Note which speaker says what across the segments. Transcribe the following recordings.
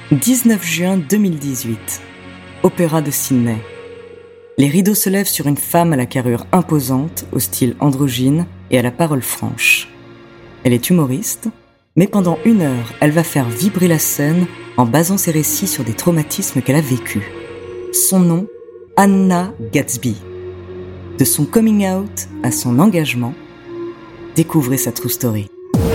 Speaker 1: 19 juin 2018. Opéra de Sydney. Les rideaux se lèvent sur une femme à la carrure imposante, au style androgyne et à la parole franche. Elle est humoriste, mais pendant 1 heure, elle va faire vibrer la scène en basant ses récits sur des traumatismes qu'elle a vécus. Son nom, Hannah Gadsby. De son coming out à son engagement, découvrez sa true story.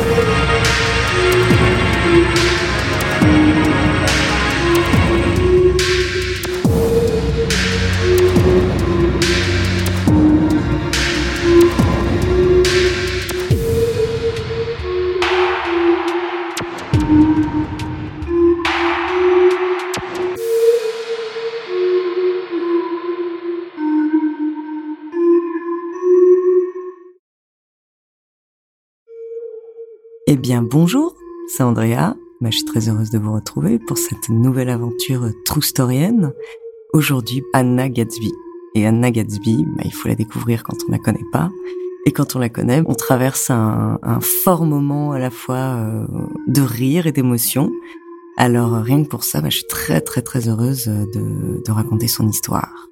Speaker 1: Eh bien, bonjour, c'est Andrea. Je suis très heureuse de vous retrouver pour cette nouvelle aventure true storienne. Aujourd'hui, Hannah Gadsby. Et Hannah Gadsby, il faut la découvrir quand on la connaît pas. Et quand on la connaît, on traverse un fort moment à la fois de rire et d'émotion. Alors, rien que pour ça, je suis très très très heureuse de raconter son histoire.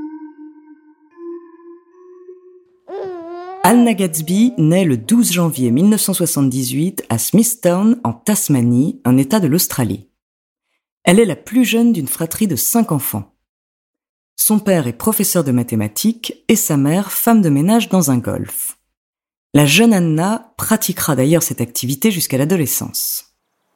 Speaker 1: Hannah Gadsby naît le 12 janvier 1978 à Smithtown, en Tasmanie, un État de l'Australie. Elle est la plus jeune d'une fratrie de 5 enfants. Son père est professeur de mathématiques et sa mère femme de ménage dans un golf. La jeune Hannah pratiquera d'ailleurs cette activité jusqu'à l'adolescence.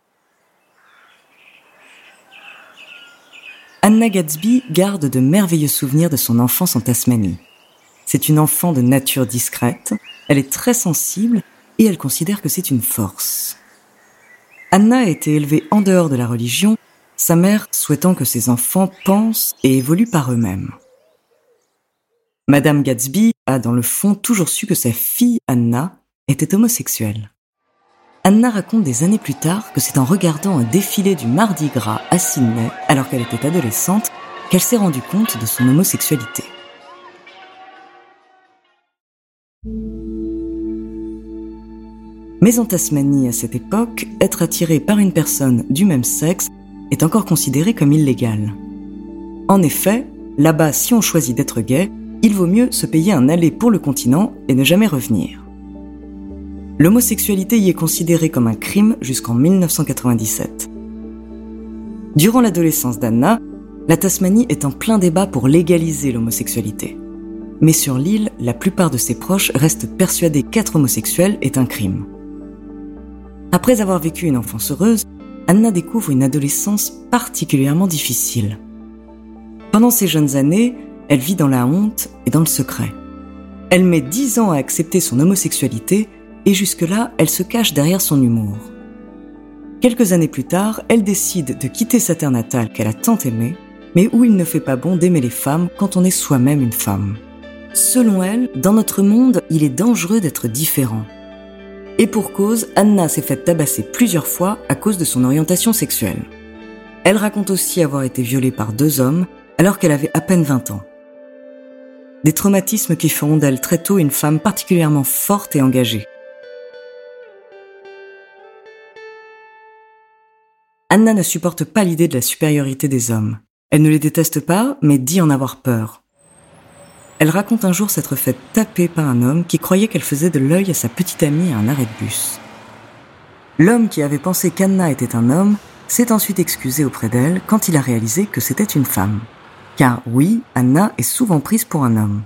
Speaker 1: Hannah Gadsby garde de merveilleux souvenirs de son enfance en Tasmanie. C'est une enfant de nature discrète, elle est très sensible et elle considère que c'est une force. Hannah a été élevée en dehors de la religion, sa mère souhaitant que ses enfants pensent et évoluent par eux-mêmes. Madame Gadsby a dans le fond toujours su que sa fille Hannah était homosexuelle. Hannah raconte des années plus tard que c'est en regardant un défilé du Mardi Gras à Sydney, alors qu'elle était adolescente, qu'elle s'est rendue compte de son homosexualité. Mais en Tasmanie, à cette époque, être attiré par une personne du même sexe est encore considéré comme illégal. En effet, là-bas, si on choisit d'être gay, il vaut mieux se payer un aller pour le continent et ne jamais revenir. L'homosexualité y est considérée comme un crime jusqu'en 1997. Durant l'adolescence d'Hannah, la Tasmanie est en plein débat pour légaliser l'homosexualité. Mais sur l'île, la plupart de ses proches restent persuadés qu'être homosexuel est un crime. Après avoir vécu une enfance heureuse, Hannah découvre une adolescence particulièrement difficile. Pendant ces jeunes années, elle vit dans la honte et dans le secret. Elle met 10 ans à accepter son homosexualité et jusque-là, elle se cache derrière son humour. Quelques années plus tard, elle décide de quitter sa terre natale qu'elle a tant aimée, mais où il ne fait pas bon d'aimer les femmes quand on est soi-même une femme. Selon elle, dans notre monde, il est dangereux d'être différent. Et pour cause, Hannah s'est faite tabasser plusieurs fois à cause de son orientation sexuelle. Elle raconte aussi avoir été violée par 2 hommes alors qu'elle avait à peine 20 ans. Des traumatismes qui feront d'elle très tôt une femme particulièrement forte et engagée. Hannah ne supporte pas l'idée de la supériorité des hommes. Elle ne les déteste pas, mais dit en avoir peur. Elle raconte un jour s'être faite taper par un homme qui croyait qu'elle faisait de l'œil à sa petite amie à un arrêt de bus. L'homme qui avait pensé qu'Hannah était un homme s'est ensuite excusé auprès d'elle quand il a réalisé que c'était une femme. Car oui, Hannah est souvent prise pour un homme.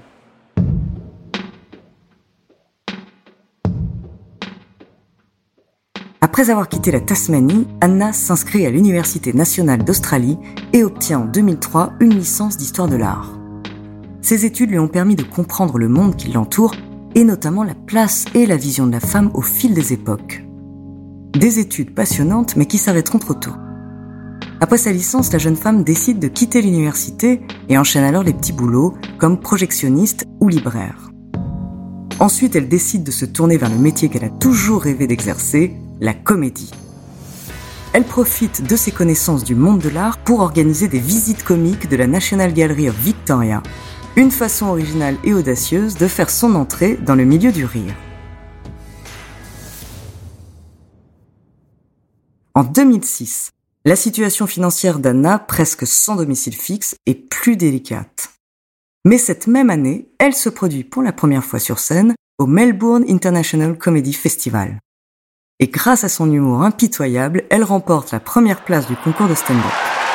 Speaker 1: Après avoir quitté la Tasmanie, Hannah s'inscrit à l'Université nationale d'Australie et obtient en 2003 une licence d'histoire de l'art. Ces études lui ont permis de comprendre le monde qui l'entoure et notamment la place et la vision de la femme au fil des époques. Des études passionnantes mais qui s'arrêteront trop tôt. Après sa licence, la jeune femme décide de quitter l'université et enchaîne alors les petits boulots comme projectionniste ou libraire. Ensuite, elle décide de se tourner vers le métier qu'elle a toujours rêvé d'exercer, la comédie. Elle profite de ses connaissances du monde de l'art pour organiser des visites comiques de la National Gallery of Victoria, une façon originale et audacieuse de faire son entrée dans le milieu du rire. En 2006, La situation financière d'Anna, presque sans domicile fixe, est plus délicate. Mais cette même année, elle se produit pour la première fois sur scène au Melbourne International Comedy Festival. Et grâce à son humour impitoyable, elle remporte la première place du concours de stand-up.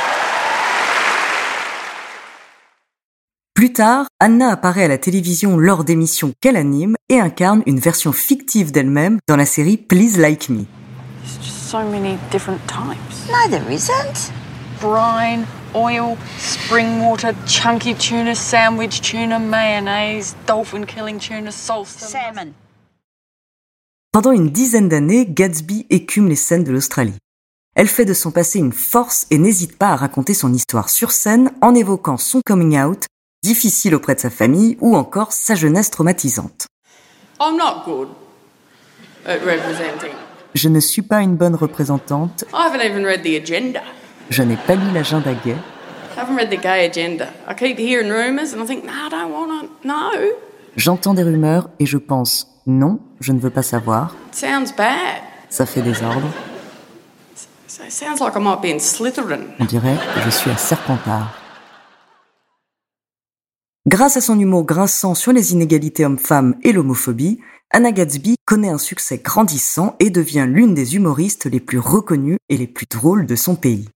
Speaker 1: Plus tard, Anna apparaît à la télévision lors d'émissions qu'elle anime et incarne une version fictive d'elle-même dans la série Please Like Me.
Speaker 2: There's just so many different types.
Speaker 3: No, there isn't.
Speaker 2: Brine, oil, spring water, chunky tuna, sandwich tuna, mayonnaise, dolphin-killing tuna, salsa...
Speaker 3: Salmon.
Speaker 1: Pendant une dizaine d'années, Gatsby écume les scènes de l'Australie. Elle fait de son passé une force et n'hésite pas à raconter son histoire sur scène en évoquant son coming out, difficile auprès de sa famille ou encore sa jeunesse traumatisante.
Speaker 2: I'm not good at representing.
Speaker 1: Je ne suis pas une bonne représentante.
Speaker 2: I haven't even read the agenda.
Speaker 1: Je n'ai pas lu l'agenda gay.
Speaker 2: I haven't read the gay agenda. I keep hearing rumours and I think, no, I don't want to know.
Speaker 1: J'entends des rumeurs et je pense, non, je ne veux pas savoir.
Speaker 2: It sounds bad.
Speaker 1: Ça fait désordre.
Speaker 2: So it sounds like I might be in Slytherin.
Speaker 1: On dirait que je suis à Serpentard. Grâce à son humour grinçant sur les inégalités hommes-femmes et l'homophobie, Anna Gatsby connaît un succès grandissant et devient l'une des humoristes les plus reconnues et les plus drôles de son pays.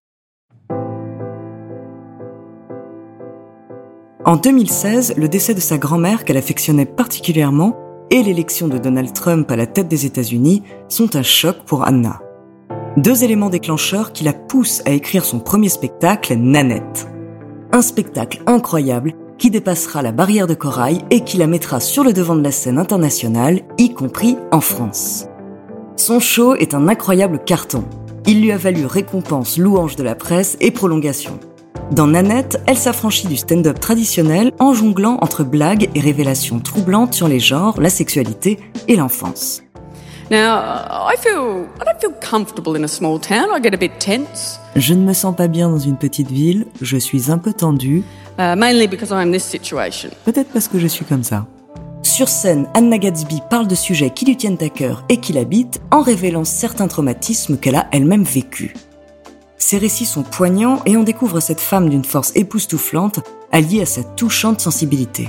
Speaker 1: En 2016, le décès de sa grand-mère qu'elle affectionnait particulièrement et l'élection de Donald Trump à la tête des États-Unis sont un choc pour Anna. Deux éléments déclencheurs qui la poussent à écrire son premier spectacle, Nanette. Un spectacle incroyable qui dépassera la barrière de corail et qui la mettra sur le devant de la scène internationale, y compris en France. Son show est un incroyable carton. Il lui a valu récompenses, louanges de la presse et prolongations. Dans Nanette, elle s'affranchit du stand-up traditionnel en jonglant entre blagues et révélations troublantes sur les genres, la sexualité et l'enfance.
Speaker 2: Now, I don't feel comfortable in a small town. I get a bit tense.
Speaker 1: Je ne me sens pas bien dans une petite ville, je suis un peu tendue.
Speaker 2: Mainly because I'm in this situation.
Speaker 1: Peut-être parce que je suis comme ça. Sur scène, Anna Gatsby parle de sujets qui lui tiennent à cœur et qui l'habitent en révélant certains traumatismes qu'elle a elle-même vécus. Ses récits sont poignants et on découvre cette femme d'une force époustouflante, alliée à sa touchante sensibilité.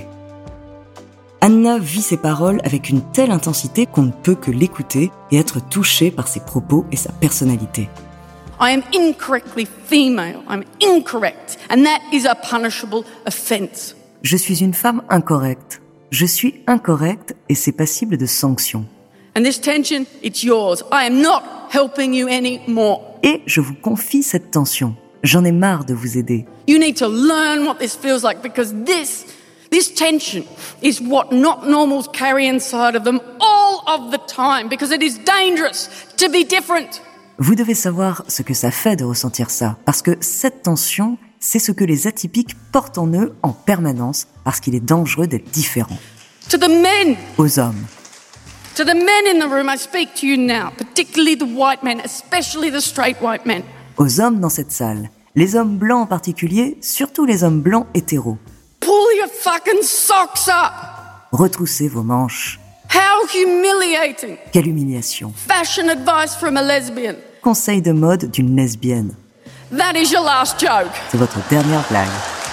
Speaker 1: Anna vit ses paroles avec une telle intensité qu'on ne peut que l'écouter et être touché par ses propos et sa personnalité.
Speaker 2: I am incorrectly female. I'm incorrect. And that is a punishable offence.
Speaker 1: Je suis une femme incorrecte. Je suis incorrecte et c'est passible de sanctions.
Speaker 2: And this tension, it's yours. I am not helping you anymore.
Speaker 1: Et je vous confie cette tension. J'en ai marre de vous aider.
Speaker 2: You need to learn what this feels like because this tension is what not normals carry inside of them all of the time because it is dangerous to be different.
Speaker 1: Vous devez savoir ce que ça fait de ressentir ça, parce que cette tension, c'est ce que les atypiques portent en eux en permanence, parce qu'il est dangereux d'être différent.
Speaker 2: To the men!
Speaker 1: Aux hommes.
Speaker 2: To the men in the room, I speak to you now, particularly the white men, especially the straight white men.
Speaker 1: Aux hommes dans cette salle. Les hommes blancs en particulier, surtout les hommes blancs hétéros.
Speaker 2: Pull your fucking socks up!
Speaker 1: Retroussez vos manches.
Speaker 2: How humiliating!
Speaker 1: Quelle humiliation.
Speaker 2: Fashion advice from a lesbian.
Speaker 1: Conseil de mode d'une lesbienne.
Speaker 2: That is your last joke.
Speaker 1: C'est votre dernière blague.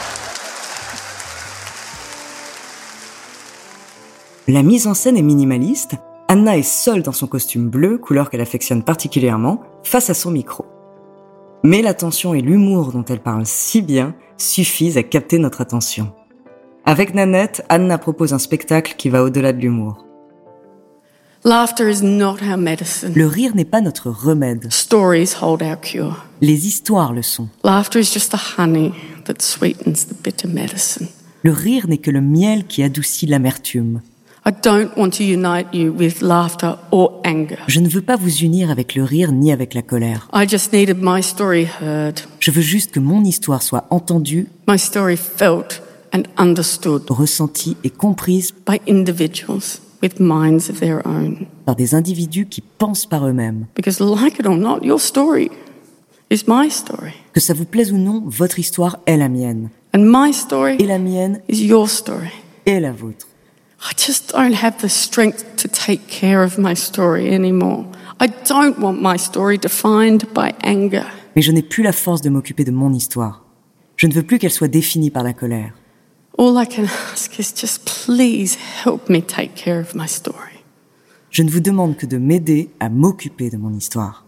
Speaker 1: La mise en scène est minimaliste. Anna est seule dans son costume bleu, couleur qu'elle affectionne particulièrement, face à son micro. Mais l'attention et l'humour dont elle parle si bien suffisent à capter notre attention. Avec Nanette, Anna propose un spectacle qui va au-delà de l'humour.
Speaker 2: Laughter is not our medicine.
Speaker 1: Le rire n'est pas notre remède.
Speaker 2: Stories hold our cure.
Speaker 1: Les histoires le sont.
Speaker 2: Laughter is just the honey that sweetens the bitter medicine.
Speaker 1: Le rire n'est que le miel qui adoucit l'amertume.
Speaker 2: I don't want to unite you with laughter or anger.
Speaker 1: Je ne veux pas vous unir avec le rire ni avec la colère.
Speaker 2: I just needed my story heard.
Speaker 1: Je veux juste que mon histoire soit entendue,
Speaker 2: My story felt and understood
Speaker 1: ressentie et comprise
Speaker 2: by individuals with minds of their own.
Speaker 1: par des individus qui pensent par eux-mêmes.
Speaker 2: Because like it or not, your story is my story.
Speaker 1: Que ça vous plaise ou non, votre histoire est la mienne.
Speaker 2: And my story
Speaker 1: Et la mienne
Speaker 2: is your story.
Speaker 1: est la vôtre.
Speaker 2: I just don't have the strength to take care of my story anymore. I don't want my story defined by anger.
Speaker 1: Mais je n'ai plus la force de m'occuper de mon histoire. Je ne veux plus qu'elle soit définie par la colère.
Speaker 2: All I can ask is just please help me take care of my story.
Speaker 1: Je ne vous demande que de m'aider à m'occuper de mon histoire.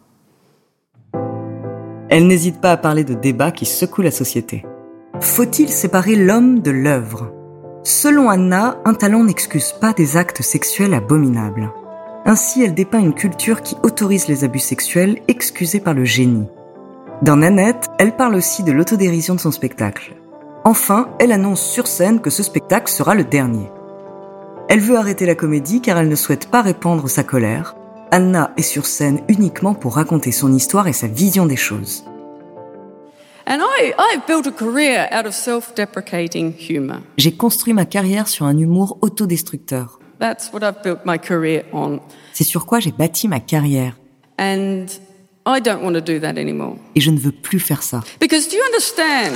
Speaker 1: Elle n'hésite pas à parler de débats qui secouent la société. Faut-il séparer l'homme de l'œuvre ? Selon Anna, un talent n'excuse pas des actes sexuels abominables. Ainsi, elle dépeint une culture qui autorise les abus sexuels excusés par le génie. Dans Nanette, elle parle aussi de l'autodérision de son spectacle. Enfin, elle annonce sur scène que ce spectacle sera le dernier. Elle veut arrêter la comédie car elle ne souhaite pas répandre sa colère. Anna est sur scène uniquement pour raconter son histoire et sa vision des choses.
Speaker 2: And I've built a career out of self-deprecating humor.
Speaker 1: J'ai construit ma carrière sur un humour autodestructeur.
Speaker 2: That's what I've built my career on.
Speaker 1: C'est sur quoi j'ai bâti ma carrière.
Speaker 2: And I don't want to do that anymore.
Speaker 1: Et je ne veux plus faire ça.
Speaker 2: Because do you understand?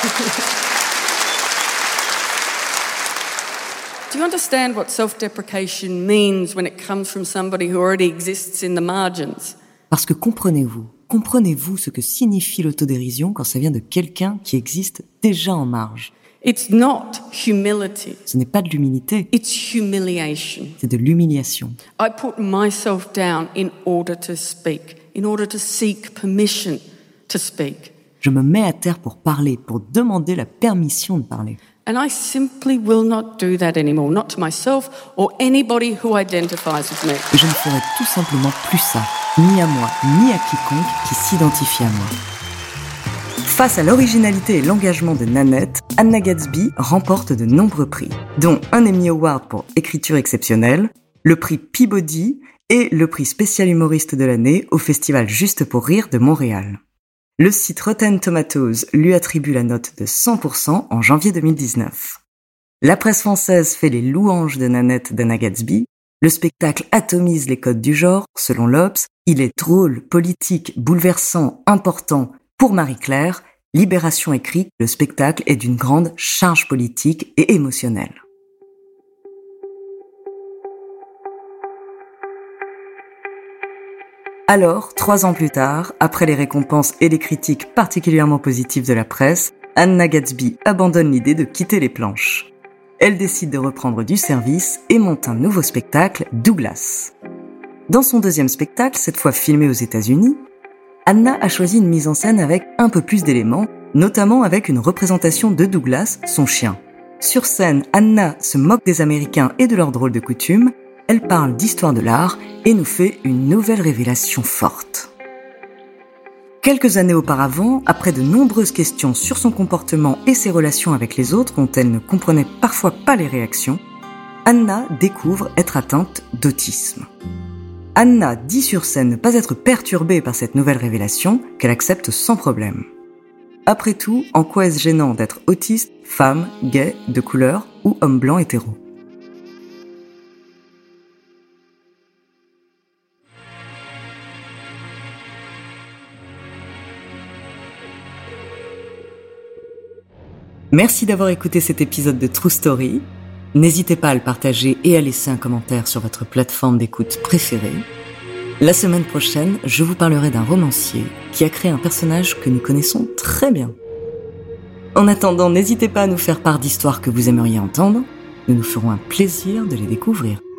Speaker 2: Do you understand what self-deprecation means when it comes from somebody who already exists in the margins?
Speaker 1: Parce que comprenez-vous ce que signifie l'autodérision quand ça vient de quelqu'un qui existe déjà en marge?
Speaker 2: It's not humility.
Speaker 1: Ce n'est pas de l'humilité,
Speaker 2: It's humiliation.
Speaker 1: c'est de l'humiliation.
Speaker 2: I put myself down in order to speak, in order to seek permission to speak.
Speaker 1: Je me mets à terre pour parler, pour demander la permission de parler.
Speaker 2: And I simply will not do that anymore, not to myself or anybody who identifies with me.
Speaker 1: Et je ne ferai tout simplement plus ça, ni à moi, ni à quiconque qui s'identifie à moi. Face à l'originalité et l'engagement de Nanette, Anna Gatsby remporte de nombreux prix, dont un Emmy Award pour écriture exceptionnelle, le prix Peabody et le prix spécial humoriste de l'année au festival Juste pour rire de Montréal. Le site Rotten Tomatoes lui attribue la note de 100% en janvier 2019. La presse française fait les louanges de Nanette d'Anna Gatsby. Le spectacle atomise les codes du genre, selon l'Obs. Il est drôle, politique, bouleversant, important. Pour Marie-Claire, Libération écrit, le spectacle est d'une grande charge politique et émotionnelle. Alors, 3 ans plus tard, après les récompenses et les critiques particulièrement positives de la presse, Anna Gatsby abandonne l'idée de quitter les planches. Elle décide de reprendre du service et monte un nouveau spectacle, Douglas. Dans son deuxième spectacle, cette fois filmé aux États-Unis, Anna a choisi une mise en scène avec un peu plus d'éléments, notamment avec une représentation de Douglas, son chien. Sur scène, Anna se moque des Américains et de leurs drôles de coutumes. Elle parle d'histoire de l'art et nous fait une nouvelle révélation forte. Quelques années auparavant, après de nombreuses questions sur son comportement et ses relations avec les autres dont elle ne comprenait parfois pas les réactions, Anna découvre être atteinte d'autisme. Anna dit sur scène ne pas être perturbée par cette nouvelle révélation, qu'elle accepte sans problème. Après tout, en quoi est-ce gênant d'être autiste, femme, gay, de couleur ou homme blanc hétéro ? Merci d'avoir écouté cet épisode de True Story. N'hésitez pas à le partager et à laisser un commentaire sur votre plateforme d'écoute préférée. La semaine prochaine, je vous parlerai d'un romancier qui a créé un personnage que nous connaissons très bien. En attendant, n'hésitez pas à nous faire part d'histoires que vous aimeriez entendre. Nous nous ferons un plaisir de les découvrir.